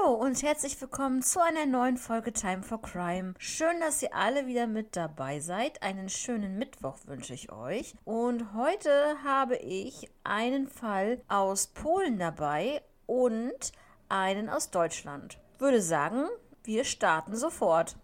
Hallo und herzlich willkommen zu einer neuen Folge Time for Crime. Schön, dass ihr alle wieder mit dabei seid. Einen schönen Mittwoch wünsche ich euch. Und heute habe ich einen Fall aus Polen dabei und einen aus Deutschland. Würde sagen, wir starten sofort.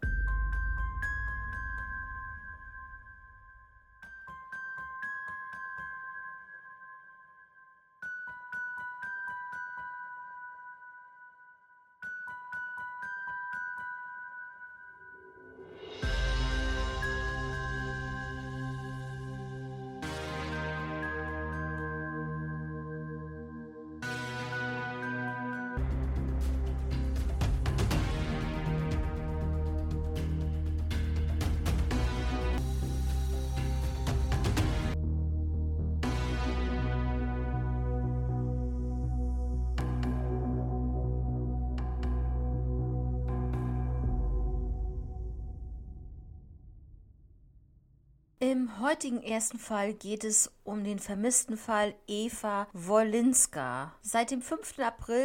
Im heutigen ersten Fall geht es um den vermissten Fall Eva Wolinska. Seit dem 5. April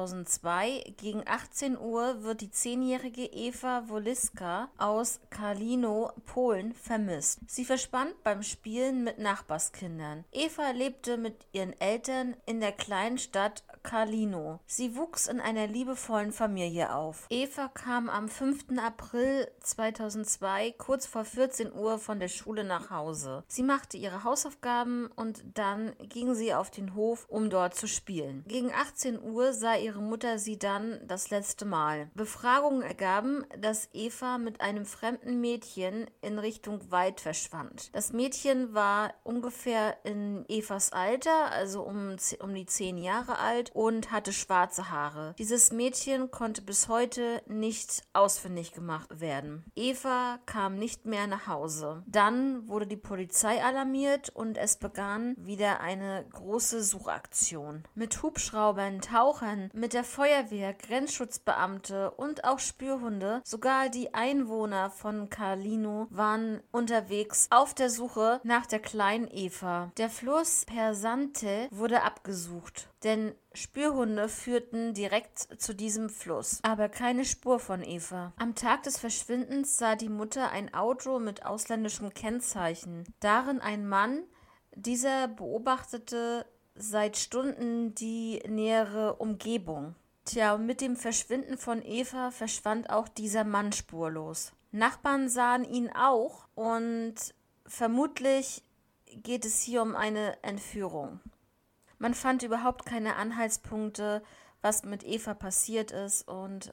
2002 gegen 18 Uhr wird die 10-jährige Eva Wolinska aus Kalino, Polen, vermisst. Sie verschwand beim Spielen mit Nachbarskindern. Eva lebte mit ihren Eltern in der kleinen Stadt Kalino. Sie wuchs in einer liebevollen Familie auf. Eva kam am 5. April 2002 kurz vor 14 Uhr von der Schule nach Hause. Sie machte ihre Hausaufgaben und dann ging sie auf den Hof, um dort zu spielen. Gegen 18 Uhr sah ihre Mutter sie dann das letzte Mal. Befragungen ergaben, dass Eva mit einem fremden Mädchen in Richtung Wald verschwand. Das Mädchen war ungefähr in Evas Alter, also um die 10 Jahre alt, und hatte schwarze Haare. Dieses Mädchen konnte bis heute nicht ausfindig gemacht werden. Eva kam nicht mehr nach Hause. Dann wurde die Polizei alarmiert und es begann wieder eine große Suchaktion. Mit Hubschraubern, Tauchern, mit der Feuerwehr, Grenzschutzbeamte und auch Spürhunde, sogar die Einwohner von Kalino waren unterwegs auf der Suche nach der kleinen Eva. Der Fluss Persante wurde abgesucht, denn Spürhunde führten direkt zu diesem Fluss, aber keine Spur von Eva. Am Tag des Verschwindens sah die Mutter ein Auto mit ausländischem Kennzeichen. Darin ein Mann. Dieser beobachtete seit Stunden die nähere Umgebung. Tja, und mit dem Verschwinden von Eva verschwand auch dieser Mann spurlos. Nachbarn sahen ihn auch und vermutlich geht es hier um eine Entführung. Man fand überhaupt keine Anhaltspunkte, was mit Eva passiert ist und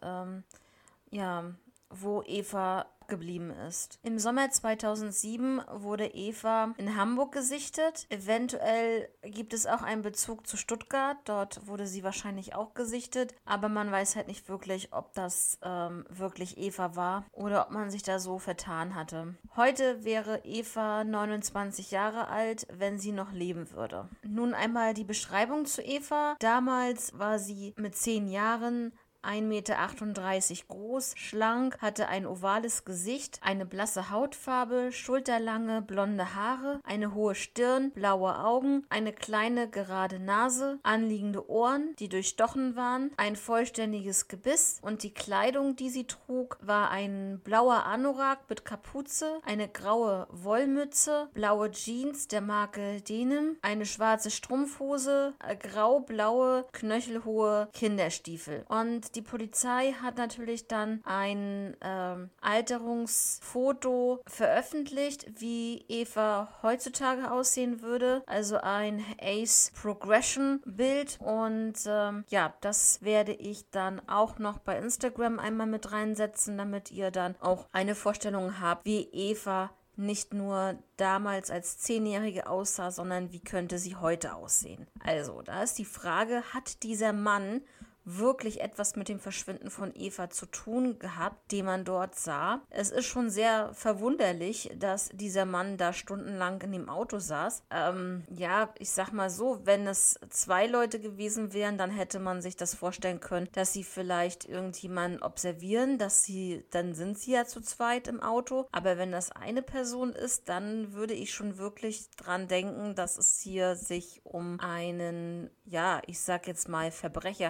wo Eva geblieben ist. Im Sommer 2007 wurde Eva in Hamburg gesichtet. Eventuell gibt es auch einen Bezug zu Stuttgart. Dort wurde sie wahrscheinlich auch gesichtet, aber man weiß halt nicht wirklich, ob das wirklich Eva war oder ob man sich da so vertan hatte. Heute wäre Eva 29 Jahre alt, wenn sie noch leben würde. Nun einmal die Beschreibung zu Eva. Damals war sie mit 10 Jahren 1,38 Meter groß, schlank, hatte ein ovales Gesicht, eine blasse Hautfarbe, schulterlange blonde Haare, eine hohe Stirn, blaue Augen, eine kleine gerade Nase, anliegende Ohren, die durchstochen waren, ein vollständiges Gebiss und die Kleidung, die sie trug, war ein blauer Anorak mit Kapuze, eine graue Wollmütze, blaue Jeans der Marke Denim, eine schwarze Strumpfhose, grau-blaue, knöchelhohe Kinderstiefel. Und die Polizei hat natürlich dann ein Alterungsfoto veröffentlicht, wie Eva heutzutage aussehen würde. Also ein Ace Progression Bild. Und das werde ich dann auch noch bei Instagram einmal mit reinsetzen, damit ihr dann auch eine Vorstellung habt, wie Eva nicht nur damals als 10-Jährige aussah, sondern wie könnte sie heute aussehen. Also, da ist die Frage, hat dieser Mann wirklich etwas mit dem Verschwinden von Eva zu tun gehabt, den man dort sah. Es ist schon sehr verwunderlich, dass dieser Mann da stundenlang in dem Auto saß. Ich sag mal so, wenn es 2 Leute gewesen wären, dann hätte man sich das vorstellen können, dass sie vielleicht irgendjemanden observieren, dann sind sie ja zu zweit im Auto. Aber wenn das eine Person ist, dann würde ich schon wirklich dran denken, dass es hier sich um einen, ich sag jetzt mal Verbrecher handeln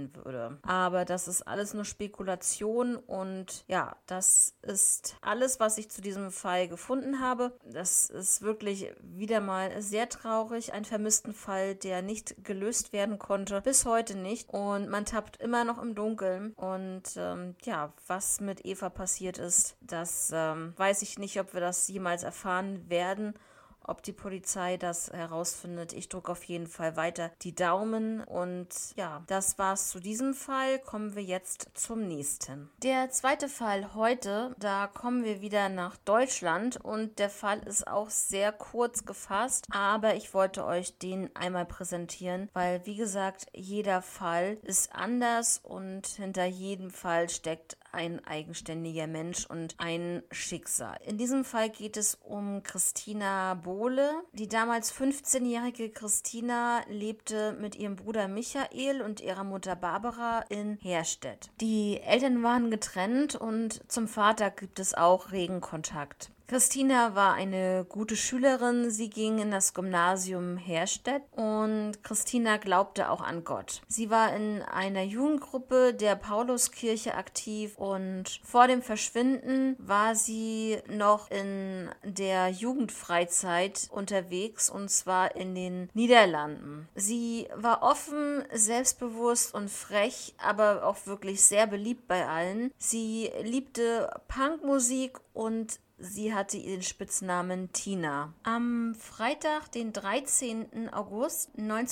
passieren würde. Aber das ist alles nur Spekulation und ja, das ist alles, was ich zu diesem Fall gefunden habe. Das ist wirklich wieder mal sehr traurig, ein vermissten Fall, der nicht gelöst werden konnte, bis heute nicht und man tappt immer noch im Dunkeln und ja, was mit Eva passiert ist, das weiß ich nicht, ob wir das jemals erfahren werden. Ob die Polizei das herausfindet. Ich drücke auf jeden Fall weiter die Daumen. Und ja, das war's zu diesem Fall. Kommen wir jetzt zum nächsten. Der zweite Fall heute, da kommen wir wieder nach Deutschland und der Fall ist auch sehr kurz gefasst, aber ich wollte euch den einmal präsentieren, weil wie gesagt, jeder Fall ist anders und hinter jedem Fall steckt ein eigenständiger Mensch und ein Schicksal. In diesem Fall geht es um Christina Bohle. Die damals 15-jährige Christina lebte mit ihrem Bruder Michael und ihrer Mutter Barbara in Herstedt. Die Eltern waren getrennt und zum Vater gibt es auch regen Kontakt. Christina war eine gute Schülerin, sie ging in das Gymnasium Herstedt und Christina glaubte auch an Gott. Sie war in einer Jugendgruppe der Pauluskirche aktiv und vor dem Verschwinden war sie noch in der Jugendfreizeit unterwegs und zwar in den Niederlanden. Sie war offen, selbstbewusst und frech, aber auch wirklich sehr beliebt bei allen. Sie liebte Punkmusik und sie hatte ihren Spitznamen Tina. Am Freitag, den 13. August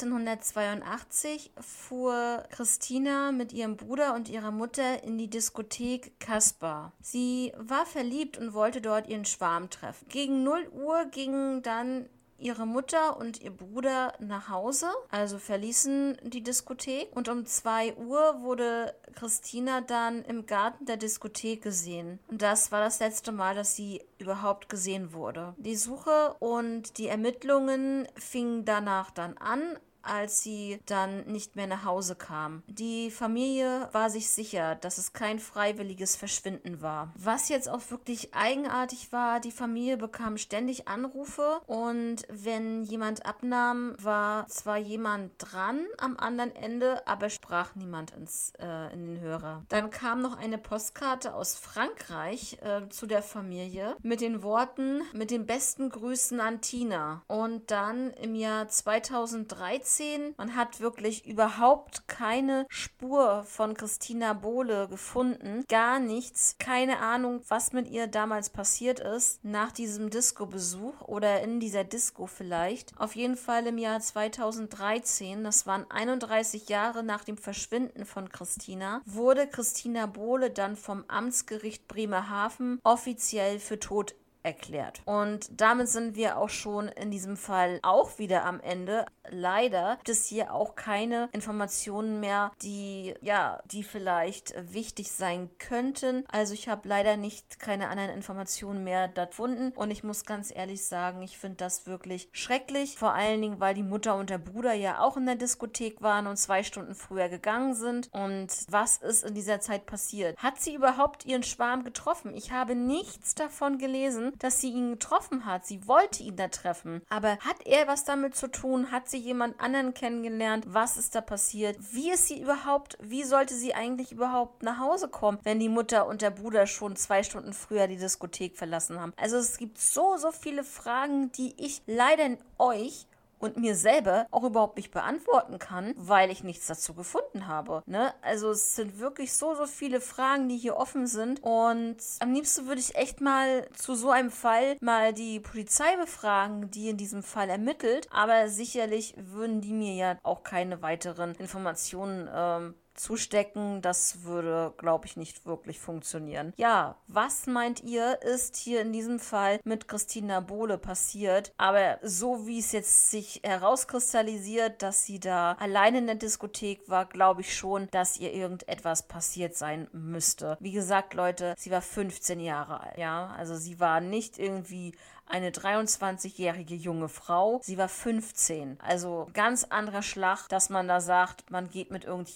1982, fuhr Christina mit ihrem Bruder und ihrer Mutter in die Diskothek Kaspar. Sie war verliebt und wollte dort ihren Schwarm treffen. Gegen 0 Uhr gingen dann ihre Mutter und ihr Bruder nach Hause, also verließen die Diskothek und um 2 Uhr wurde Christina dann im Garten der Diskothek gesehen. Und das war das letzte Mal, dass sie überhaupt gesehen wurde. Die Suche und die Ermittlungen fingen danach dann an, als sie dann nicht mehr nach Hause kam. Die Familie war sich sicher, dass es kein freiwilliges Verschwinden war. Was jetzt auch wirklich eigenartig war, die Familie bekam ständig Anrufe und wenn jemand abnahm, war zwar jemand dran am anderen Ende, aber sprach niemand in den Hörer. Dann kam noch eine Postkarte aus Frankreich zu der Familie mit den Worten: mit den besten Grüßen an Tina. Und dann im Jahr 2013, man hat wirklich überhaupt keine Spur von Christina Bohle gefunden. Gar nichts. Keine Ahnung, was mit ihr damals passiert ist nach diesem Disco-Besuch oder in dieser Disco vielleicht. Auf jeden Fall im Jahr 2013, das waren 31 Jahre nach dem Verschwinden von Christina, wurde Christina Bohle dann vom Amtsgericht Bremerhaven offiziell für tot erklärt. Und damit sind wir auch schon in diesem Fall auch wieder am Ende. Leider gibt es hier auch keine Informationen mehr, die vielleicht wichtig sein könnten. Also ich habe leider keine anderen Informationen mehr da gefunden und ich muss ganz ehrlich sagen, ich finde das wirklich schrecklich. Vor allen Dingen, weil die Mutter und der Bruder ja auch in der Diskothek waren und 2 Stunden früher gegangen sind. Und was ist in dieser Zeit passiert? Hat sie überhaupt ihren Schwarm getroffen? Ich habe nichts davon gelesen, dass sie ihn getroffen hat. Sie wollte ihn da treffen. Aber hat er was damit zu tun? Hat sie jemand anderen kennengelernt? Was ist da passiert? Wie sollte sie eigentlich überhaupt nach Hause kommen, wenn die Mutter und der Bruder schon 2 Stunden früher die Diskothek verlassen haben? Also es gibt so viele Fragen, die ich leider euch und mir selber auch überhaupt nicht beantworten kann, weil ich nichts dazu gefunden habe. Ne? Also es sind wirklich so viele Fragen, die hier offen sind und am liebsten würde ich echt mal zu so einem Fall mal die Polizei befragen, die in diesem Fall ermittelt, aber sicherlich würden die mir ja auch keine weiteren Informationen zustecken, das würde, glaube ich, nicht wirklich funktionieren. Ja, was meint ihr, ist hier in diesem Fall mit Christina Bohle passiert? Aber so wie es jetzt sich herauskristallisiert, dass sie da allein in der Diskothek war, glaube ich schon, dass ihr irgendetwas passiert sein müsste. Wie gesagt, Leute, sie war 15 Jahre alt, ja, also sie war nicht irgendwie eine 23-jährige junge Frau. Sie war 15. Also ganz anderer Schlag, dass man da sagt, man geht mit irgendjemandem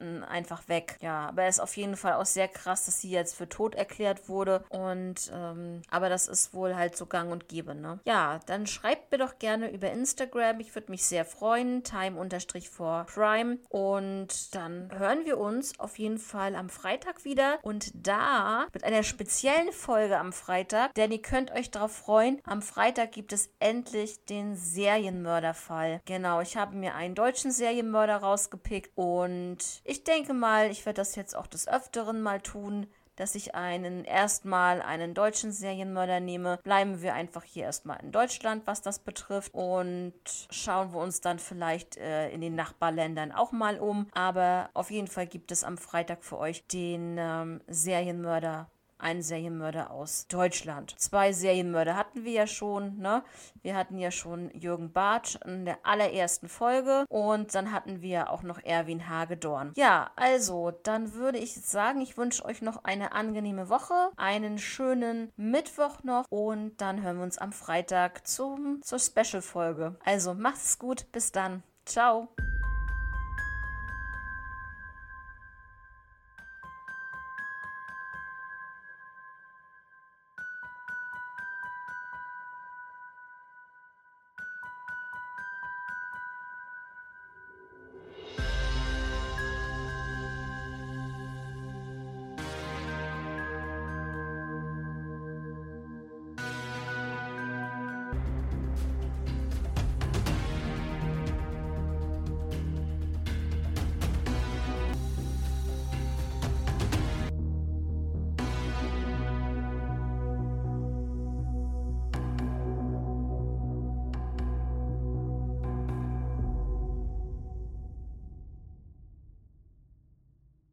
dann einfach weg. Ja, aber er ist auf jeden Fall auch sehr krass, dass sie jetzt für tot erklärt wurde. Und aber das ist wohl halt so gang und gäbe, ne? Ja, dann schreibt mir doch gerne über Instagram. Ich würde mich sehr freuen. Time_for Crime. Und dann hören wir uns auf jeden Fall am Freitag wieder. Und da mit einer speziellen Folge am Freitag. Denn ihr könnt euch darauf freuen. Am Freitag gibt es endlich den Serienmörderfall. Genau, ich habe mir einen deutschen Serienmörder rausgepickt. Und ich denke mal, ich werde das jetzt auch des Öfteren mal tun, dass ich erstmal einen deutschen Serienmörder nehme. Bleiben wir einfach hier erstmal in Deutschland, was das betrifft. Und schauen wir uns dann vielleicht in den Nachbarländern auch mal um. Aber auf jeden Fall gibt es am Freitag für euch den Serienmörder. Ein Serienmörder aus Deutschland. 2 Serienmörder hatten wir ja schon, ne? Wir hatten ja schon Jürgen Bartsch in der allerersten Folge und dann hatten wir auch noch Erwin Hagedorn. Ja, also, dann würde ich sagen, ich wünsche euch noch eine angenehme Woche, einen schönen Mittwoch noch und dann hören wir uns am Freitag zur Special-Folge. Also, macht's gut, bis dann. Ciao.